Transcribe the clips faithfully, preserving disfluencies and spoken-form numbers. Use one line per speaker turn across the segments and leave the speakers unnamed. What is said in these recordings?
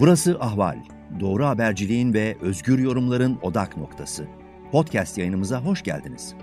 Burası Ahval, doğru haberciliğin ve özgür yorumların odak noktası. Podcast yayınımıza hoş geldiniz.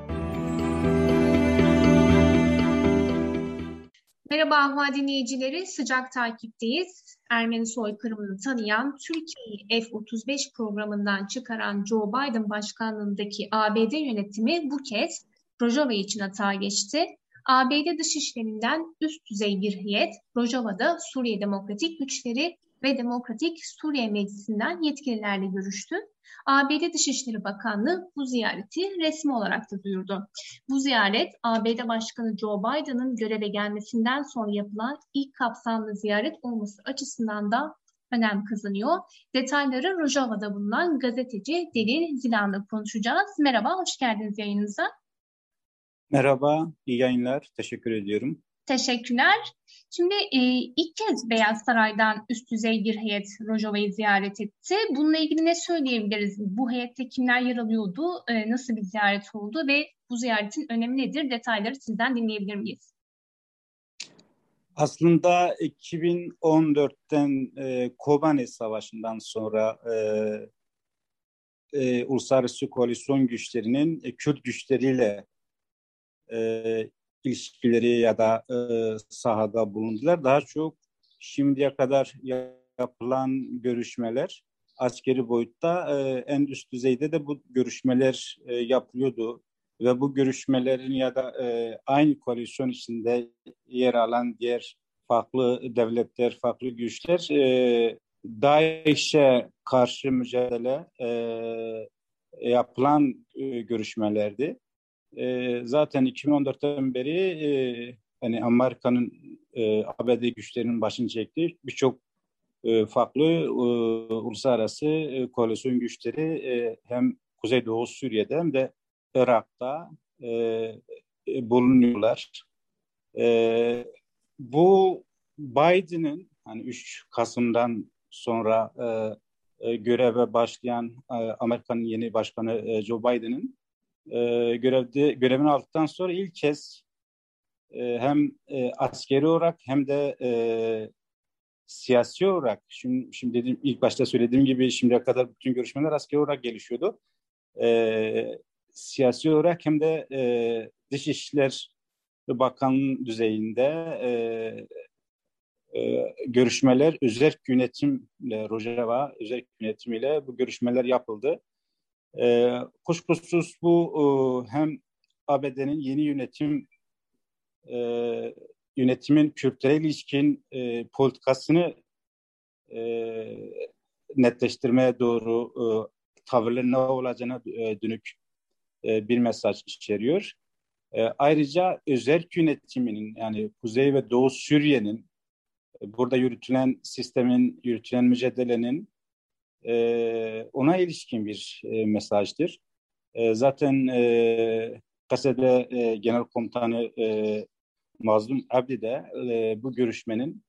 Merhaba Ahval dinleyicileri, sıcak takipteyiz. Ermeni soykırımını tanıyan, Türkiye'yi F otuz beş programından çıkaran Joe Biden başkanlığındaki A B D yönetimi bu kez Rojava için hata geçti. A B D Dışişleri'nden üst düzey bir heyet, Rojava'da Suriye Demokratik Güçleri ve Demokratik Suriye Meclisi'nden yetkililerle görüştü. A B D Dışişleri Bakanlığı bu ziyareti resmi olarak da duyurdu. Bu ziyaret A B D Başkanı Joe Biden'ın göreve gelmesinden sonra yapılan ilk kapsamlı ziyaret olması açısından da önem kazanıyor. Detayları Rojava'da bulunan gazeteci Delil Zilan'la konuşacağız. Merhaba, hoş geldiniz yayınımıza.
Merhaba, iyi yayınlar. Teşekkür ediyorum.
Teşekkürler. Şimdi e, ilk kez Beyaz Saray'dan üst düzey bir heyet Rojava'yı ziyaret etti. Bununla ilgili ne söyleyebiliriz? Bu heyette kimler yer alıyordu? E, nasıl bir ziyaret oldu ve bu ziyaretin önemi nedir? Detayları sizden dinleyebilir miyiz?
Aslında iki bin on dörtten e, Kobane Savaşı'ndan sonra e, e, Uluslararası Koalisyon güçlerinin e, Kürt güçleriyle e, ilişkileri ya da e, sahada bulundular. Daha çok şimdiye kadar yapılan görüşmeler askeri boyutta e, en üst düzeyde de bu görüşmeler e, yapılıyordu. Ve bu görüşmelerin ya da e, aynı koalisyon içinde yer alan diğer farklı devletler, farklı güçler e, DAEŞ'e karşı mücadele e, yapılan e, görüşmelerdi. E, zaten iki bin on dörtten beri e, hani Amerika'nın e, A B D güçlerinin başını çektiği birçok e, farklı e, uluslararası e, koalisyon güçleri e, hem Kuzeydoğu Suriye'de hem de Irak'ta e, e, bulunuyorlar. E, bu Biden'ın hani üç Kasım'dan sonra e, e, göreve başlayan e, Amerika'nın yeni başkanı e, Joe Biden'ın e, görevde görevini aldıktan sonra ilk kez e, hem e, askeri olarak hem de e, siyasi olarak şimdi, şimdi dediğim, ilk başta söylediğim gibi şimdiye kadar bütün görüşmeler askeri olarak gelişiyordu. E, siyasi olarak hem de e, Dışişler Bakan düzeyinde e, e, görüşmeler özerk yönetimle Rojava özerk yönetimiyle bu görüşmeler yapıldı. E, kuşkusuz bu e, hem A B D'nin yeni yönetim e, yönetimin Kürtlere ilişkin e, politikasını e, netleştirmeye doğru e, tavırların ne olacağına e, dönük e, bir mesaj içeriyor. E, ayrıca özerk yönetiminin yani Kuzey ve Doğu Suriye'nin e, burada yürütülen sistemin, yürütülen mücadelenin e, ona ilişkin bir e, mesajdır. E, zaten e, Kassede e, Genel Komutanı e, Mazlum Abdi de e, bu görüşmenin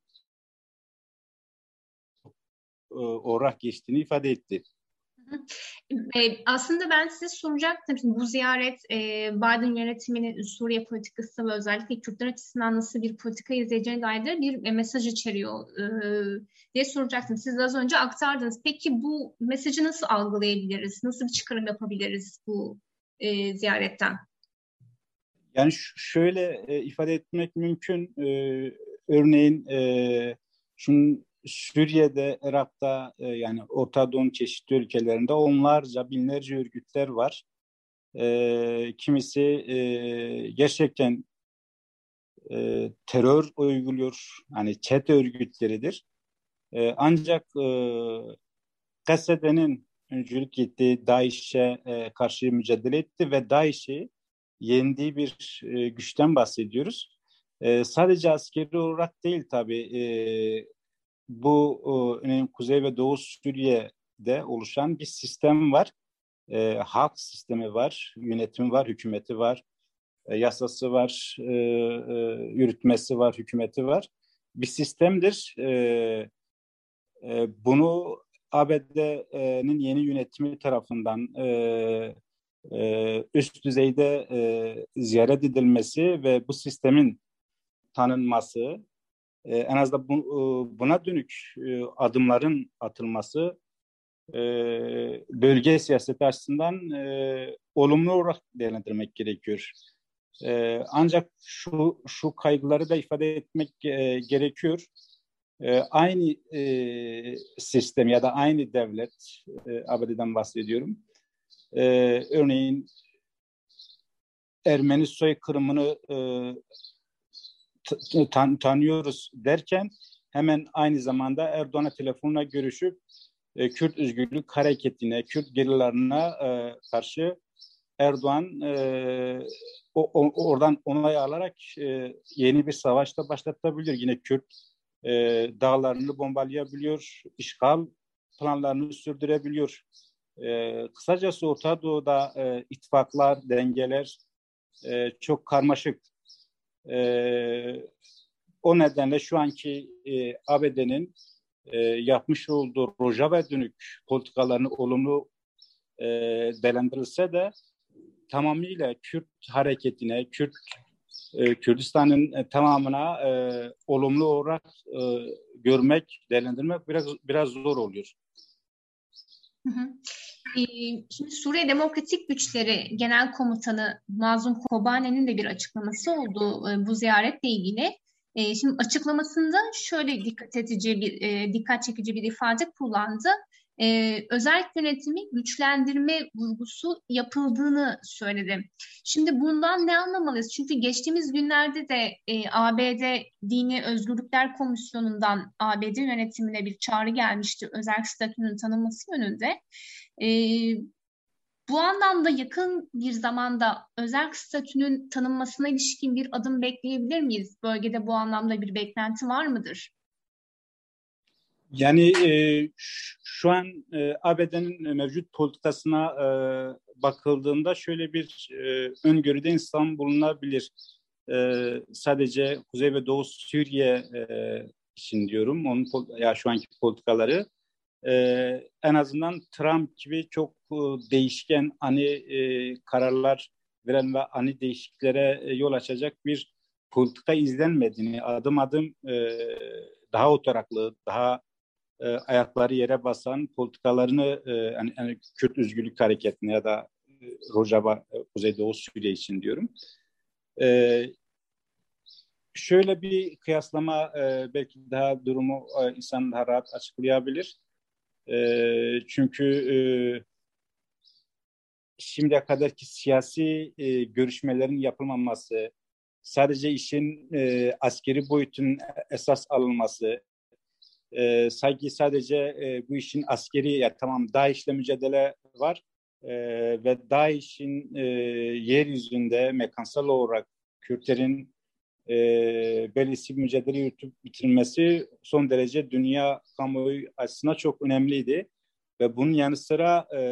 e, olarak geçtiğini ifade etti.
E, aslında ben size soracaktım. Şimdi bu ziyaret e, Biden yönetiminin Suriye politikası ve özellikle Kürtler açısından nasıl bir politika izleyeceğine dair de bir e, mesaj içeriyor e, diye soracaktım. Siz az önce aktardınız. Peki bu mesajı nasıl algılayabiliriz? Nasıl bir çıkarım yapabiliriz bu e, ziyaretten?
Yani ş- şöyle e, ifade etmek mümkün. E, örneğin e, şimdi Suriye'de, Irak'ta e, yani Orta Doğu'nun çeşitli ülkelerinde onlarca, binlerce örgütler var. E, kimisi e, gerçekten e, terör uyguluyor. Hani çete örgütleridir. E, ancak e, Kasede'nin öncülük ettiği DAEŞ'e e, karşı mücadele etti ve DAEŞ'i yendiği bir e, güçten bahsediyoruz. E, sadece askeri olarak değil tabii. E, bu e, Kuzey ve Doğu Suriye'de oluşan bir sistem var. E, halk sistemi var, yönetimi var, hükümeti var, e, yasası var, e, e, yürütmesi var, hükümeti var. Bir sistemdir. E, e, bunu A B D'nin yeni yönetimi tarafından e, e, üst düzeyde e, ziyaret edilmesi ve bu sistemin tanınması e, en azından bu, e, buna dönük e, adımların atılması e, bölge siyaseti açısından e, olumlu olarak değerlendirmek gerekiyor. E, ancak şu şu kaygıları da ifade etmek e, gerekiyor. E, aynı e, sistem ya da aynı devlet, e, A B D'den bahsediyorum. E, örneğin Ermeni soykırımını e, tan- tanıyoruz derken hemen aynı zamanda Erdoğan'a telefonla görüşüp e, Kürt Özgürlük Hareketi'ne, Kürt gerilerine e, karşı Erdoğan e, o, o, oradan onay alarak e, yeni bir savaş da başlatabilir. Yine Kürt e, dağlarını bombalayabiliyor, işgal planlarını sürdürebiliyor. E, kısacası Orta Doğu'da e, ittifaklar, dengeler e, çok karmaşık. E, o nedenle şu anki e, A B D'nin e, yapmış olduğu Rojava dönük politikalarını olumlu e, değerlendirilse de tamamıyla Kürt hareketine, Kürt e, Kürdistan'ın e, tamamına e, olumlu olarak e, görmek, değerlendirmek biraz biraz zor oluyor.
Hı hı. Ee, Şimdi Suriye Demokratik Güçleri Genel Komutanı Mazlum Kobane'nin de bir açıklaması oldu e, bu ziyaretle ilgili. E, Şimdi açıklamasında şöyle dikkat edici bir e, dikkat çekici bir ifade kullandı. E, özel yönetimi güçlendirme vurgusu yapıldığını söyledi. Şimdi bundan ne anlamalıyız? Çünkü geçtiğimiz günlerde de e, A B D Dini Özgürlükler Komisyonu'ndan A B D yönetimine bir çağrı gelmişti özel statünün tanınması yönünde. E, Bu anlamda yakın bir zamanda özel statünün tanınmasına ilişkin bir adım bekleyebilir miyiz? Bölgede bu anlamda bir beklenti var mıdır?
Yani e, şu an e, A B D'nin mevcut politikasına e, bakıldığında şöyle bir e, öngörüde insan bulunabilir. E, sadece Kuzey ve Doğu Suriye e, için diyorum. Onun ya şu anki politikaları e, en azından Trump gibi çok e, değişken ani e, kararlar veren ve ani değişikliklere e, yol açacak bir politika izlenmediğini, adım adım e, daha oturaklı, daha e, ayakları yere basan politikalarını e, yani, yani Kürt Özgürlük Hareketi'ne ya da e, Rojava, e, Kuzeydoğu Suriye için diyorum. E, şöyle bir kıyaslama e, belki daha durumu e, insan daha rahat açıklayabilir. E, çünkü e, şimdiye kadarki siyasi e, görüşmelerin yapılmaması, sadece işin e, askeri boyutunun esas alınması, e, sanki sadece e, bu işin askeri, ya tamam DAEŞ'le mücadele var e, ve DAEŞ'in e, yeryüzünde mekansal olarak Kürtlerin e, böylesi bir mücadele yürütüp bitirmesi son derece dünya kamuoyu açısından çok önemliydi. Ve bunun yanı sıra e,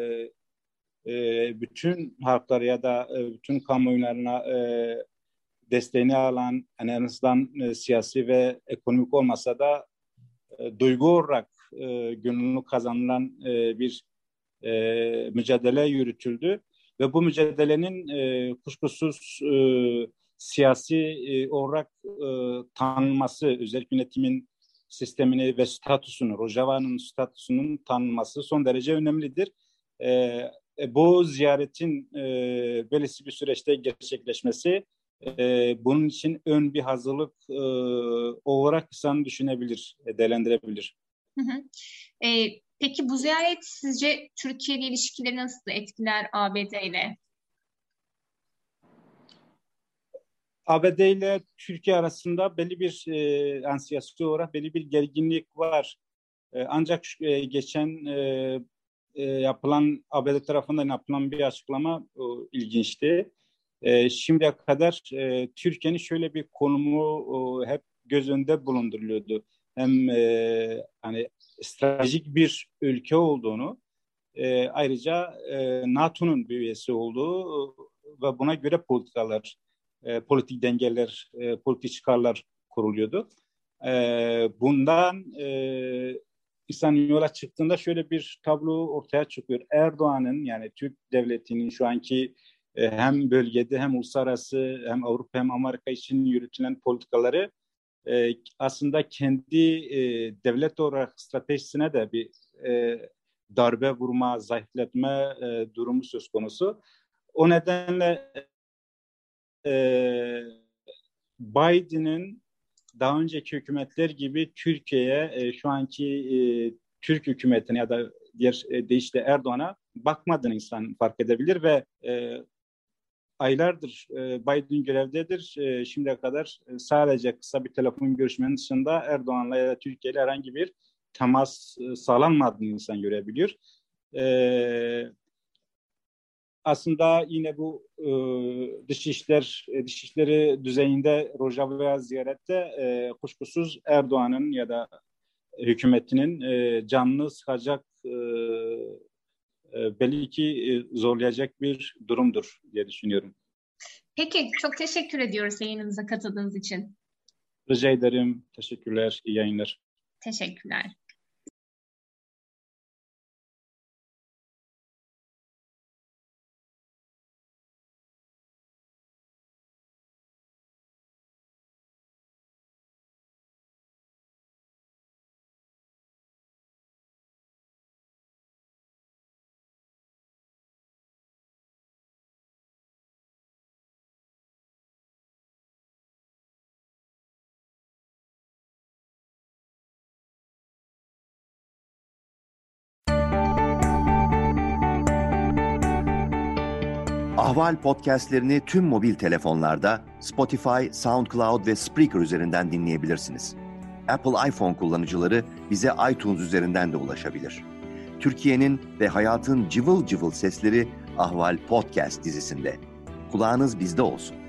e, bütün halklar ya da e, bütün kamuoylarına e, desteğini alan, yani en azından e, siyasi ve ekonomik olmasa da e, duygu olarak e, gönlünü kazanılan e, bir e, mücadele yürütüldü. Ve bu mücadelenin e, kuşkusuz e, siyasi e, olarak e, tanınması, özel yönetimin sistemini ve statüsünü, Rojava'nın statüsünün tanınması son derece önemlidir. E, e, bu ziyaretin e, böylesi bir süreçte gerçekleşmesi e, bunun için ön bir hazırlık e, olarak insan düşünebilir, e, değerlendirebilir.
Hı hı. E, peki bu ziyaret sizce Türkiye ile ilişkileri nasıl etkiler A B D ile?
A B D ile Türkiye arasında belli bir e, yani siyasi olarak belli bir gerginlik var. E, ancak e, geçen e, e, yapılan A B D tarafından yapılan bir açıklama e, ilginçti. E, şimdiye kadar e, Türkiye'nin şöyle bir konumu e, hep göz önünde bulunduruluyordu. Hem e, hani stratejik bir ülke olduğunu, e, ayrıca e, NATO'nun bir üyesi olduğu e, ve buna göre politikalar, e, politik dengeler, e, politik çıkarlar kuruluyordu. E, bundan e, İnsan yola çıktığında şöyle bir tablo ortaya çıkıyor. Erdoğan'ın, yani Türk devletinin şu anki e, hem bölgede hem uluslararası hem Avrupa hem Amerika için yürütülen politikaları e, aslında kendi e, devlet olarak stratejisine de bir e, darbe vurma, zayıflatma e, durumu söz konusu. O nedenle e, Biden'ın daha önceki hükümetler gibi Türkiye'ye e, şu anki e, Türk hükümetine ya da diğer e, deyişle Erdoğan'a bakmadığını insan fark edebilir ve e, aylardır e, Biden görevdedir. E, şimdiye kadar e, sadece kısa bir telefon görüşmenin dışında Erdoğan'la ya da Türkiye ile herhangi bir temas e, sağlanmadığını insan görebiliyor. E, aslında yine bu e, dışişler e, dışişleri düzeyinde Rojava'ya ziyarette e, kuşkusuz Erdoğan'ın ya da hükümetinin e, canını sıkacak e, e, belli ki e, zorlayacak bir durumdur diye düşünüyorum.
Peki, çok teşekkür ediyoruz yayınımıza katıldığınız için.
Rica ederim. Teşekkürler. İyi yayınlar.
Teşekkürler.
Ahval podcastlerini tüm mobil telefonlarda Spotify, SoundCloud ve Spreaker üzerinden dinleyebilirsiniz. Apple iPhone kullanıcıları bize iTunes üzerinden de ulaşabilir. Türkiye'nin ve hayatın cıvıl cıvıl sesleri Ahval Podcast dizisinde. Kulağınız bizde olsun.